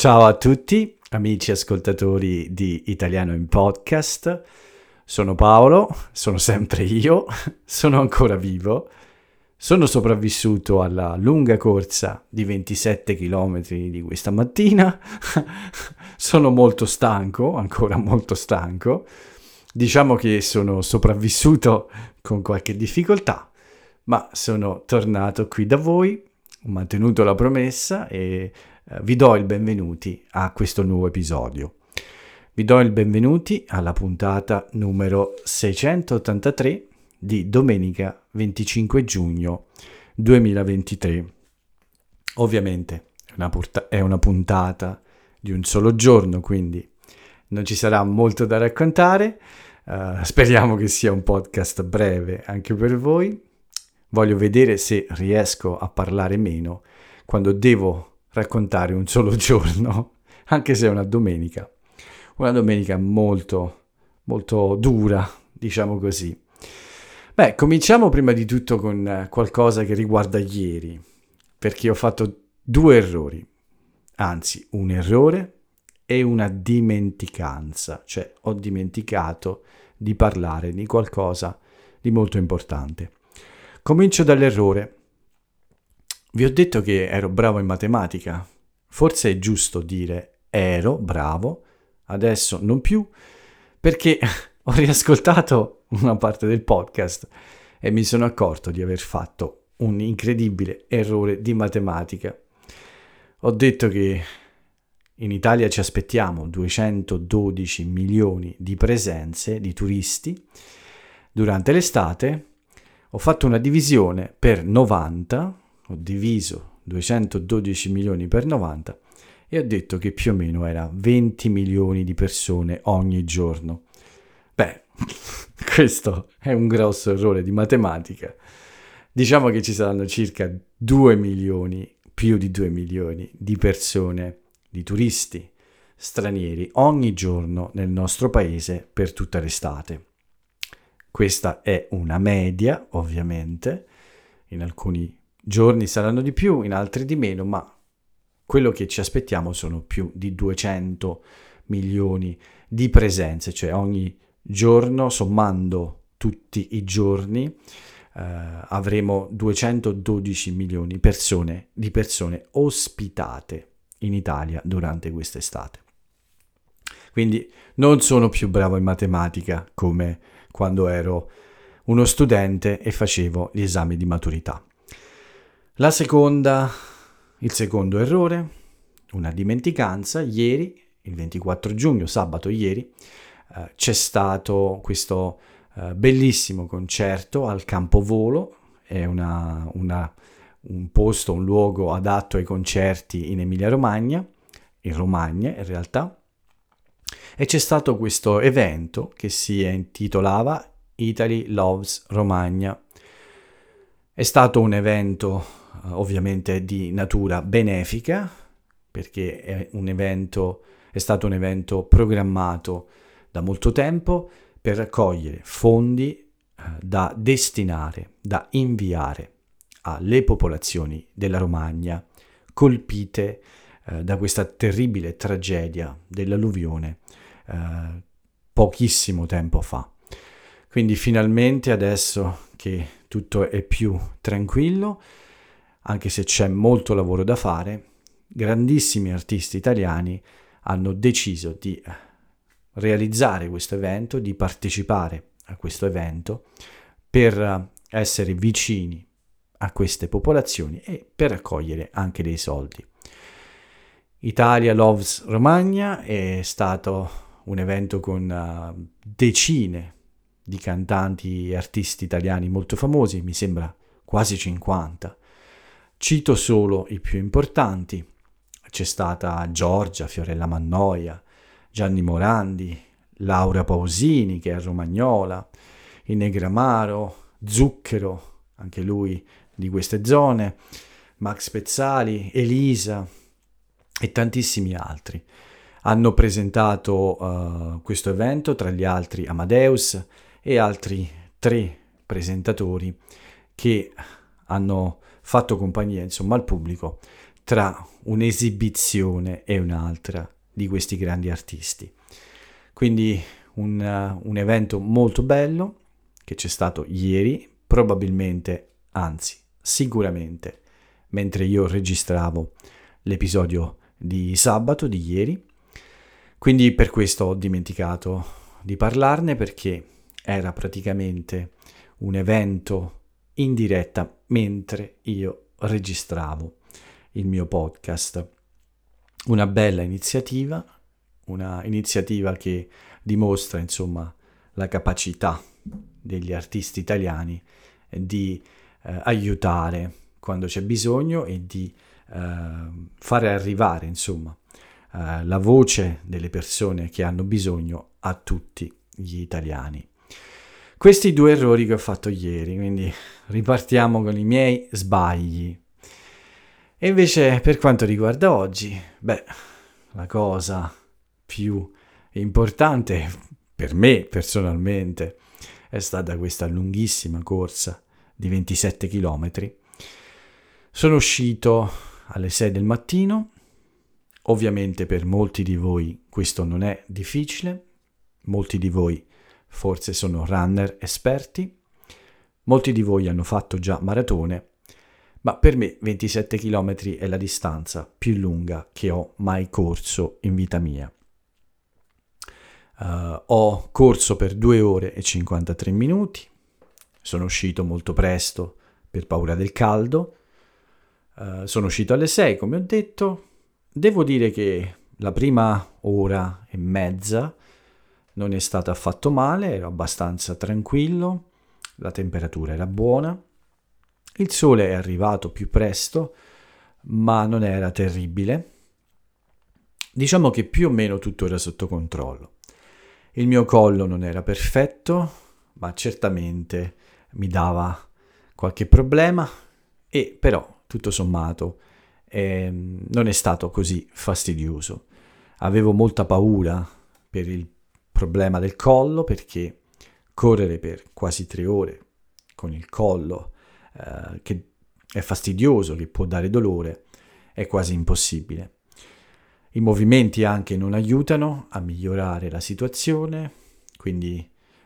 Ciao a tutti, amici ascoltatori di Italiano in Podcast. Sono Paolo, sono sempre io, sono ancora vivo, sono sopravvissuto alla lunga corsa di 27 km di questa mattina, sono molto stanco, ancora molto stanco. Diciamo che sono sopravvissuto con qualche difficoltà, ma sono tornato qui da voi, ho mantenuto la promessa e vi do il benvenuti a questo nuovo episodio. Vi do il benvenuti alla puntata numero 683 di domenica 25 giugno 2023. Ovviamente è una puntata di un solo giorno, quindi non ci sarà molto da raccontare. Speriamo che sia un podcast breve anche per voi. Voglio vedere se riesco a parlare meno quando devo raccontare un solo giorno, anche se è una domenica molto, molto dura, diciamo così. Beh, cominciamo prima di tutto con qualcosa che riguarda ieri, perché ho fatto due errori, anzi un errore e una dimenticanza, cioè ho dimenticato di parlare di qualcosa di molto importante. Comincio dall'errore. Vi ho detto che ero bravo in matematica. Forse è giusto dire ero bravo, adesso non più, perché ho riascoltato una parte del podcast e mi sono accorto di aver fatto un incredibile errore di matematica. Ho detto che in Italia ci aspettiamo 212 milioni di presenze di turisti durante l'estate. Ho fatto una divisione per 90, ho diviso 212 milioni per 90 e ho detto che più o meno era 20 milioni di persone ogni giorno. Beh, questo è un grosso errore di matematica. Diciamo che ci saranno circa 2 milioni, più di 2 milioni di persone, di turisti stranieri ogni giorno nel nostro paese per tutta l'estate. Questa è una media, ovviamente, in alcuni giorni saranno di più, in altri di meno, ma quello che ci aspettiamo sono più di 200 milioni di presenze, cioè ogni giorno, sommando tutti i giorni, avremo 212 milioni di persone ospitate in Italia durante quest'estate. Quindi non sono più bravo in matematica come quando ero uno studente e facevo gli esami di maturità. Il secondo errore, una dimenticanza. Ieri, il 24 giugno, sabato ieri, c'è stato questo bellissimo concerto al Campovolo, è un posto, un luogo adatto ai concerti in Emilia-Romagna, in Romagna in realtà, e c'è stato questo evento che si intitolava Italy Loves Romagna. È stato un evento ovviamente di natura benefica, perché è stato un evento programmato da molto tempo per raccogliere fondi da destinare, da inviare alle popolazioni della Romagna colpite da questa terribile tragedia dell'alluvione pochissimo tempo fa. Quindi finalmente adesso che tutto è più tranquillo, anche se c'è molto lavoro da fare, grandissimi artisti italiani hanno deciso di realizzare questo evento, di partecipare a questo evento per essere vicini a queste popolazioni e per raccogliere anche dei soldi. Italia Loves Romagna è stato un evento con decine di cantanti e artisti italiani molto famosi, mi sembra quasi 50. Cito solo i più importanti. C'è stata Giorgia, Fiorella Mannoia, Gianni Morandi, Laura Pausini, che è romagnola, i Negramaro, Zucchero, anche lui di queste zone, Max Pezzali, Elisa e tantissimi altri. Hanno presentato questo evento, tra gli altri Amadeus e altri 3 presentatori che hanno fatto compagnia, insomma, al pubblico tra un'esibizione e un'altra di questi grandi artisti. Quindi un evento molto bello che c'è stato ieri, probabilmente, anzi sicuramente, mentre io registravo l'episodio di sabato di ieri. Quindi per questo ho dimenticato di parlarne, perché era praticamente un evento in diretta mentre io registravo il mio podcast. Una bella iniziativa, una iniziativa che dimostra insomma la capacità degli artisti italiani di aiutare quando c'è bisogno e di fare arrivare insomma la voce delle persone che hanno bisogno a tutti gli italiani. Questi 2 errori che ho fatto ieri, quindi ripartiamo con i miei sbagli. E invece per quanto riguarda oggi, la cosa più importante per me personalmente è stata questa lunghissima corsa di 27 chilometri. Sono uscito alle 6 del mattino, ovviamente per molti di voi questo non è difficile, molti di voi forse sono runner esperti, molti di voi hanno fatto già maratone, ma per me 27 km è la distanza più lunga che ho mai corso in vita mia. Ho corso per 2 ore e 53 minuti, sono uscito molto presto per paura del caldo, sono uscito alle 6 come ho detto. Devo dire che la prima ora e mezza non è stata affatto male, ero abbastanza tranquillo, la temperatura era buona, il sole è arrivato più presto, ma non era terribile. Diciamo che più o meno tutto era sotto controllo. Il mio collo non era perfetto, ma certamente mi dava qualche problema, e però tutto sommato non è stato così fastidioso. Avevo molta paura per il problema del collo, perché correre per quasi 3 ore con il collo che è fastidioso, che può dare dolore, è quasi impossibile. I movimenti anche non aiutano a migliorare la situazione, quindi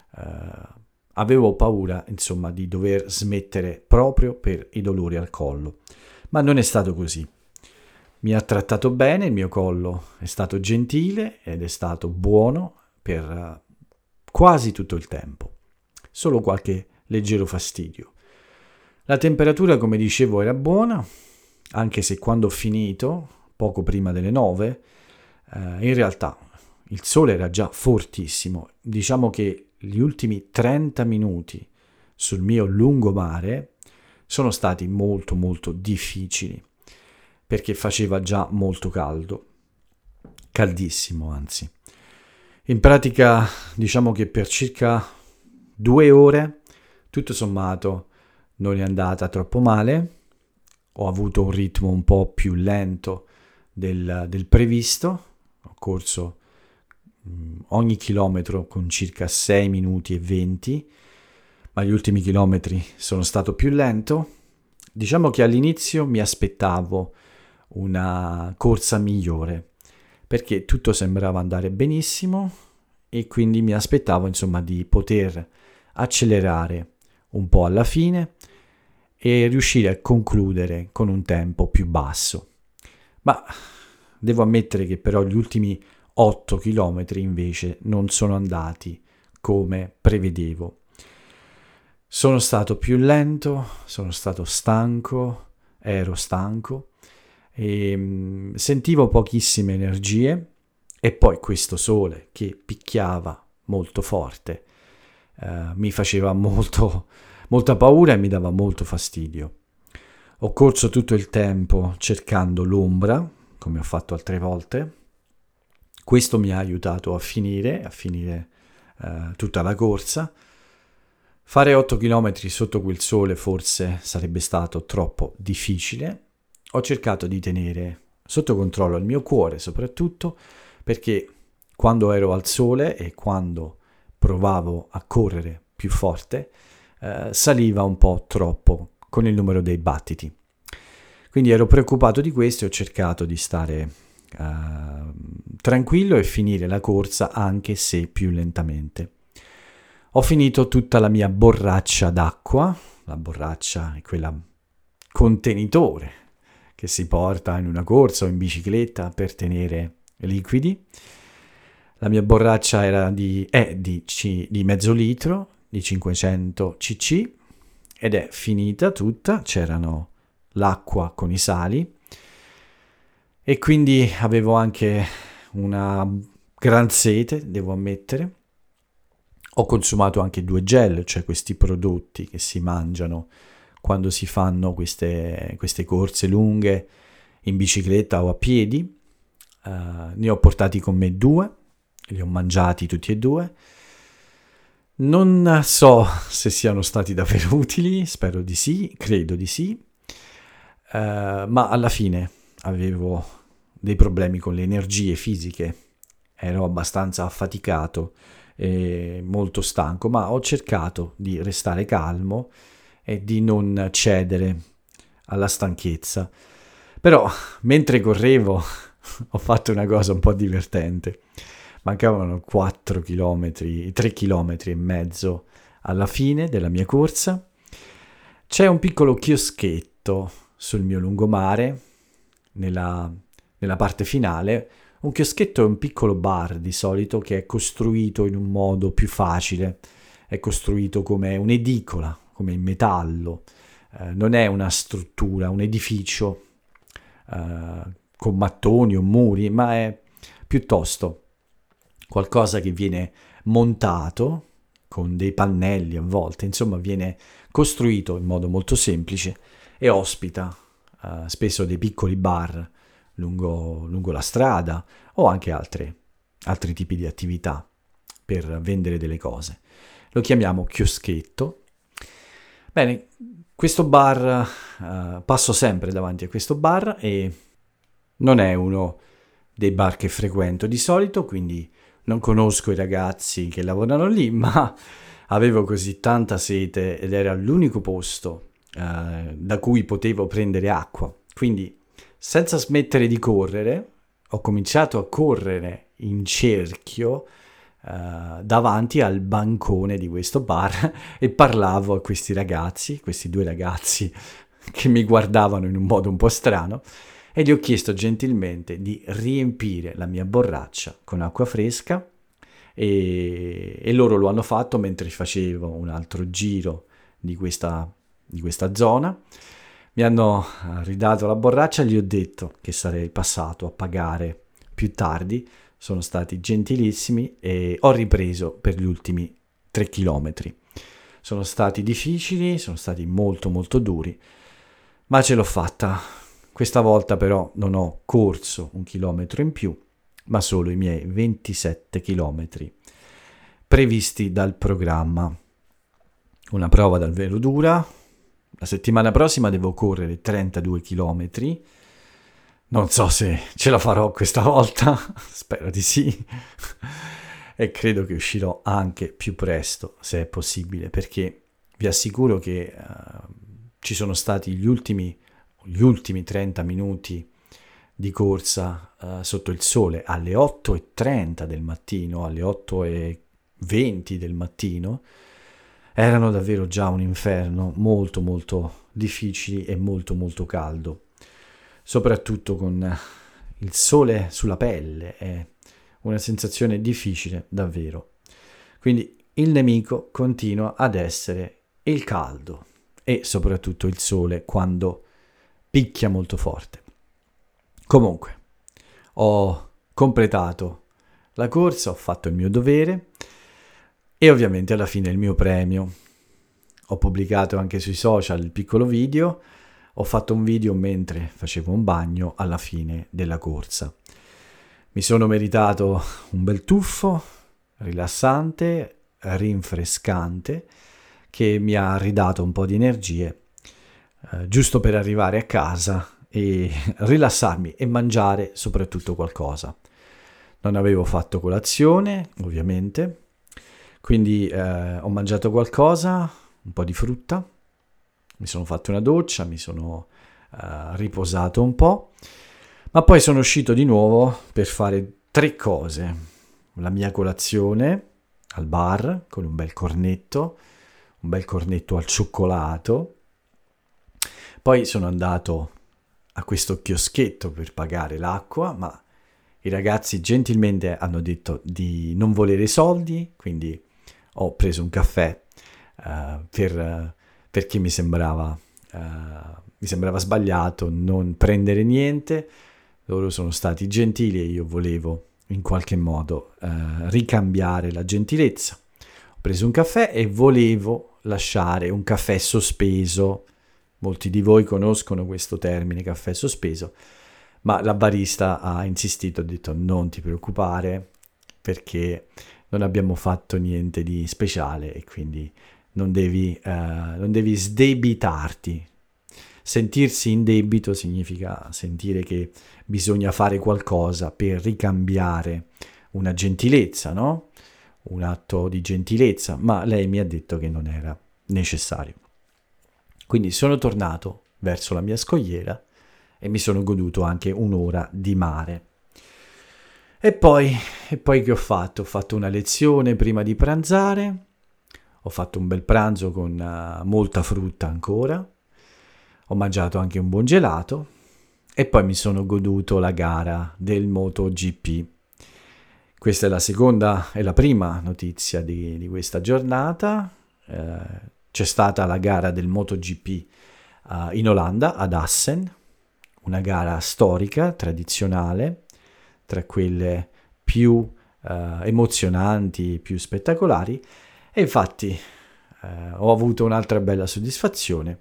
avevo paura insomma di dover smettere proprio per i dolori al collo, ma non è stato così. Mi ha trattato bene, il mio collo è stato gentile ed è stato buono per quasi tutto il tempo, solo qualche leggero fastidio. La temperatura, come dicevo, era buona, anche se quando ho finito, poco prima delle 9, in realtà il sole era già fortissimo. Diciamo che gli ultimi 30 minuti sul mio lungomare sono stati molto molto difficili, perché faceva già molto caldo, caldissimo anzi. In pratica diciamo che per circa 2 ore, tutto sommato, non è andata troppo male. Ho avuto un ritmo un po' più lento del previsto, ho corso ogni chilometro con circa 6 minuti e 20, ma gli ultimi chilometri sono stato più lento. Diciamo che all'inizio mi aspettavo una corsa migliore, perché tutto sembrava andare benissimo e quindi mi aspettavo insomma di poter accelerare un po' alla fine e riuscire a concludere con un tempo più basso. Ma devo ammettere che però gli ultimi 8 chilometri invece non sono andati come prevedevo. Sono stato più lento, sono stato stanco, ero stanco e sentivo pochissime energie, e poi questo sole che picchiava molto forte mi faceva molta paura e mi dava molto fastidio. Ho corso tutto il tempo cercando l'ombra, come ho fatto altre volte. Questo mi ha aiutato a finire tutta la corsa. Fare 8 km sotto quel sole forse sarebbe stato troppo difficile. Ho cercato di tenere sotto controllo il mio cuore, soprattutto perché quando ero al sole e quando provavo a correre più forte, saliva un po' troppo con il numero dei battiti. Quindi ero preoccupato di questo e ho cercato di stare tranquillo e finire la corsa anche se più lentamente. Ho finito tutta la mia borraccia d'acqua, la borraccia è quella contenitore che si porta in una corsa o in bicicletta per tenere liquidi. La mia borraccia è di mezzo litro, di 500 cc, ed è finita tutta, c'erano l'acqua con i sali, e quindi avevo anche una gran sete, devo ammettere. Ho consumato anche 2 gel, cioè questi prodotti che si mangiano quando si fanno queste corse lunghe in bicicletta o a piedi. Ne ho portati con me 2, li ho mangiati tutti e 2. Non so se siano stati davvero utili, spero di sì, credo di sì, ma alla fine avevo dei problemi con le energie fisiche, ero abbastanza affaticato e molto stanco, ma ho cercato di restare calmo e di non cedere alla stanchezza. Però mentre correvo ho fatto una cosa un po' divertente. Mancavano 4 chilometri, 3 chilometri e mezzo alla fine della mia corsa. C'è un piccolo chioschetto sul mio lungomare, nella parte finale. Un chioschetto è un piccolo bar di solito che è costruito in un modo più facile, è costruito come un'edicola, come in metallo, non è una struttura, un edificio con mattoni o muri, ma è piuttosto qualcosa che viene montato con dei pannelli a volte, insomma viene costruito in modo molto semplice e ospita spesso dei piccoli bar lungo la strada o anche altri tipi di attività per vendere delle cose. Lo chiamiamo chioschetto. Bene, questo bar, passo sempre davanti a questo bar e non è uno dei bar che frequento di solito, quindi non conosco i ragazzi che lavorano lì, ma avevo così tanta sete ed era l'unico posto da cui potevo prendere acqua. Quindi, senza smettere di correre, ho cominciato a correre in cerchio davanti al bancone di questo bar e parlavo a questi 2 ragazzi che mi guardavano in un modo un po' strano, e gli ho chiesto gentilmente di riempire la mia borraccia con acqua fresca e loro lo hanno fatto mentre facevo un altro giro di questa zona. Mi hanno ridato la borraccia, gli ho detto che sarei passato a pagare più tardi, sono stati gentilissimi e ho ripreso per gli ultimi 3 chilometri. Sono stati difficili, sono stati molto molto duri, ma ce l'ho fatta. Questa volta però non ho corso 1 chilometro in più, ma solo i miei 27 chilometri previsti dal programma. Una prova davvero dura. La settimana prossima devo correre 32 chilometri. Non so se ce la farò questa volta, spero di sì. E credo che uscirò anche più presto, se è possibile, perché vi assicuro che ci sono stati gli ultimi 30 minuti di corsa sotto il sole alle 8:30 del mattino, alle 8:20 del mattino. Erano davvero già un inferno, molto molto difficili e molto molto caldo, soprattutto con il sole sulla pelle, è una sensazione difficile davvero. Quindi il nemico continua ad essere il caldo e soprattutto il sole quando picchia molto forte. Comunque, ho completato la corsa, ho fatto il mio dovere e ovviamente alla fine il mio premio. Ho pubblicato anche sui social il piccolo video, ho fatto un video mentre facevo un bagno alla fine della corsa. Mi sono meritato un bel tuffo, rilassante, rinfrescante, che mi ha ridato un po' di energie, giusto per arrivare a casa e rilassarmi e mangiare soprattutto qualcosa. Non avevo fatto colazione, ovviamente, quindi ho mangiato qualcosa, un po' di frutta, mi sono fatto una doccia, mi sono riposato un po', ma poi sono uscito di nuovo per fare 3 cose. La mia colazione al bar con un bel cornetto al cioccolato. Poi sono andato a questo chioschetto per pagare l'acqua, ma i ragazzi gentilmente hanno detto di non volere soldi, quindi ho preso un caffè perché mi sembrava sbagliato non prendere niente. Loro sono stati gentili e io volevo in qualche modo ricambiare la gentilezza. Ho preso un caffè e volevo lasciare un caffè sospeso. Molti di voi conoscono questo termine, caffè sospeso, ma la barista ha insistito, ha detto non ti preoccupare perché non abbiamo fatto niente di speciale e quindi non devi sdebitarti. Sentirsi in debito significa sentire che bisogna fare qualcosa per ricambiare una gentilezza, no? Un atto di gentilezza, ma lei mi ha detto che non era necessario. Quindi sono tornato verso la mia scogliera e mi sono goduto anche un'ora di mare. E poi che ho fatto? Ho fatto una lezione prima di pranzare, ho fatto un bel pranzo con molta frutta ancora, ho mangiato anche un buon gelato e poi mi sono goduto la gara del MotoGP. Questa è la prima notizia di questa giornata. C'è stata la gara del MotoGP in Olanda, ad Assen, una gara storica, tradizionale, tra quelle più emozionanti, più spettacolari, e infatti ho avuto un'altra bella soddisfazione.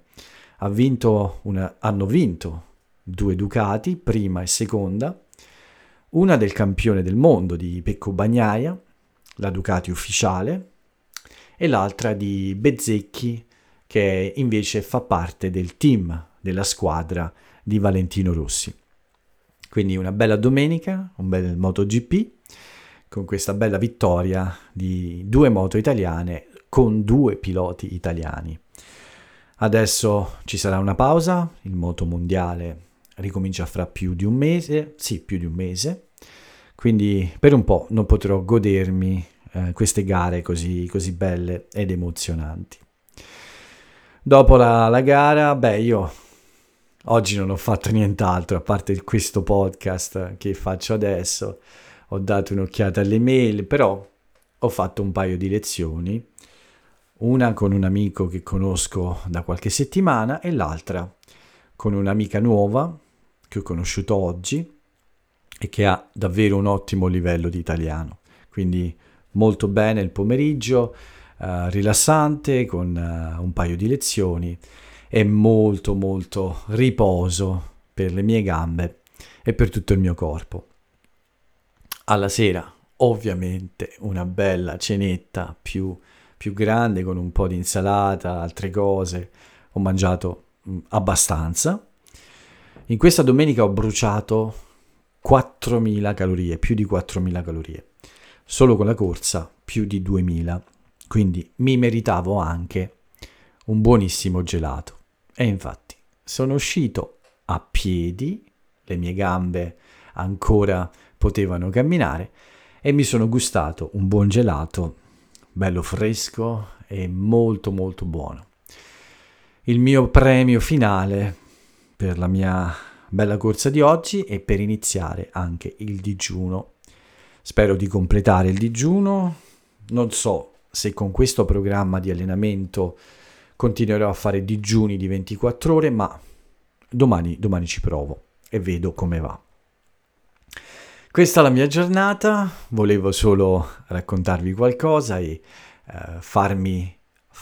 Hanno vinto 2 Ducati, prima e seconda, una del campione del mondo di Pecco Bagnaia, la Ducati ufficiale, e l'altra di Bezzecchi, che invece fa parte del team, della squadra di Valentino Rossi. Quindi una bella domenica, un bel MotoGP, con questa bella vittoria di 2 moto italiane con 2 piloti italiani. Adesso ci sarà una pausa, il moto mondiale ricomincia fra più di un mese, quindi per un po' non potrò godermi queste gare così belle ed emozionanti. Dopo la gara, io oggi non ho fatto nient'altro a parte questo podcast che faccio adesso. Ho dato un'occhiata alle mail, però ho fatto un paio di lezioni, una con un amico che conosco da qualche settimana e l'altra con un'amica nuova che ho conosciuto oggi e che ha davvero un ottimo livello di italiano. Quindi molto bene il pomeriggio, rilassante con un paio di lezioni e molto molto riposo per le mie gambe e per tutto il mio corpo. Alla sera ovviamente una bella cenetta più grande con un po' di insalata, altre cose. Ho mangiato abbastanza. In questa domenica ho bruciato 4.000 calorie, più di 4.000 calorie. Solo con la corsa più di 2.000, quindi mi meritavo anche un buonissimo gelato. E infatti sono uscito a piedi, le mie gambe ancora potevano camminare e mi sono gustato un buon gelato, bello fresco e molto molto buono. Il mio premio finale per la mia bella corsa di oggi e per iniziare anche il digiuno. Spero di completare il digiuno, non so se con questo programma di allenamento continuerò a fare digiuni di 24 ore, ma domani ci provo e vedo come va. Questa è la mia giornata, volevo solo raccontarvi qualcosa e farvi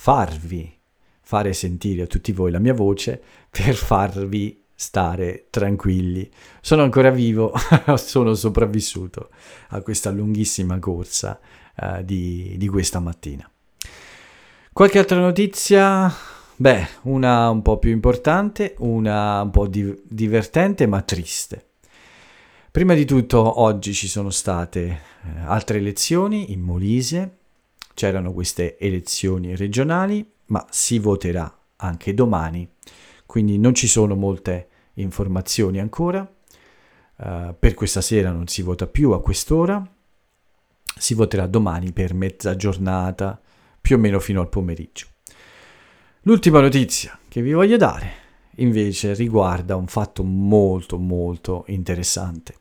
fare sentire a tutti voi la mia voce per farvi stare tranquilli. Sono ancora vivo, sono sopravvissuto a questa lunghissima corsa di questa mattina. Qualche altra notizia? Una un po' più importante, una un po' divertente ma triste. Prima di tutto oggi ci sono state altre elezioni in Molise, c'erano queste elezioni regionali, ma si voterà anche domani, quindi non ci sono molte informazioni ancora. Per questa sera non si vota più a quest'ora, si voterà domani per mezza giornata, più o meno fino al pomeriggio. L'ultima notizia che vi voglio dare invece riguarda un fatto molto molto interessante.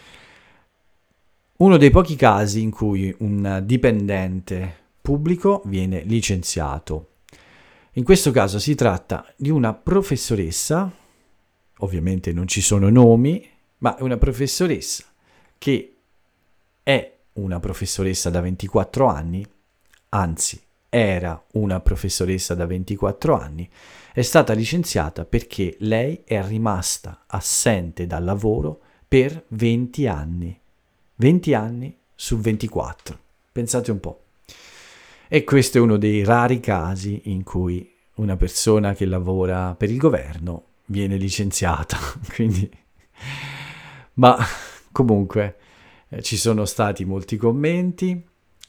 Uno dei pochi casi in cui un dipendente pubblico viene licenziato. In questo caso si tratta di una professoressa, ovviamente non ci sono nomi, ma è una professoressa che è una professoressa da 24 anni, anzi era una professoressa da 24 anni, è stata licenziata perché lei è rimasta assente dal lavoro per 20 anni. 20 anni su 24. Pensate un po'. E questo è uno dei rari casi in cui una persona che lavora per il governo viene licenziata. Quindi, ma comunque ci sono stati molti commenti.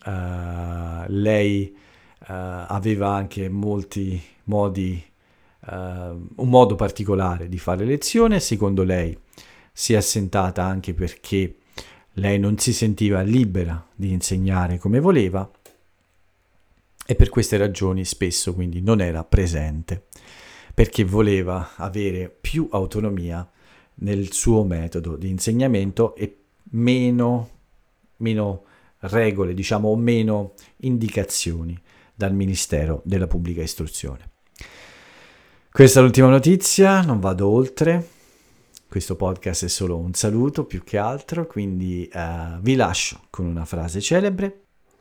Lei aveva anche molti modi, un modo particolare di fare lezione. Secondo lei si è assentata anche perché lei non si sentiva libera di insegnare come voleva e per queste ragioni spesso quindi non era presente, perché voleva avere più autonomia nel suo metodo di insegnamento e meno regole, diciamo, o meno indicazioni dal Ministero della Pubblica Istruzione. Questa è l'ultima notizia, non vado oltre. Questo podcast è solo un saluto più che altro, quindi vi lascio con una frase celebre.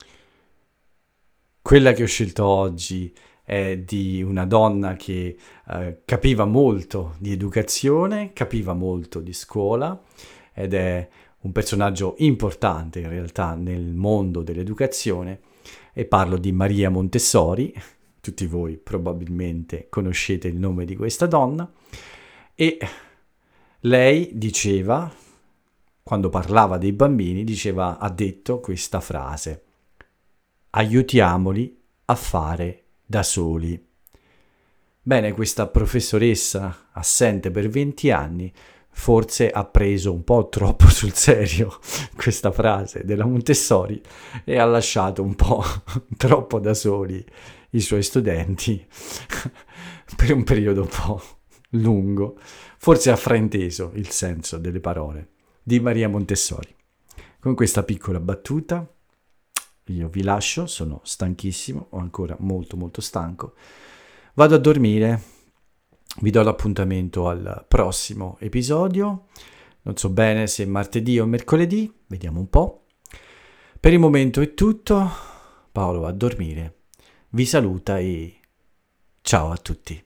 Quella che ho scelto oggi è di una donna che capiva molto di educazione, capiva molto di scuola ed è un personaggio importante in realtà nel mondo dell'educazione e parlo di Maria Montessori. Tutti voi probabilmente conoscete il nome di questa donna e lei diceva, quando parlava dei bambini, ha detto questa frase: aiutiamoli a fare da soli. Bene, questa professoressa assente per 20 anni forse ha preso un po' troppo sul serio questa frase della Montessori e ha lasciato un po' troppo da soli i suoi studenti per un periodo un po' lungo. Forse ha frainteso il senso delle parole di Maria Montessori. Con questa piccola battuta io vi lascio, sono stanchissimo, o ancora molto molto stanco. Vado a dormire, vi do l'appuntamento al prossimo episodio. Non so bene se martedì o mercoledì, vediamo un po'. Per il momento è tutto, Paolo va a dormire, vi saluta e ciao a tutti.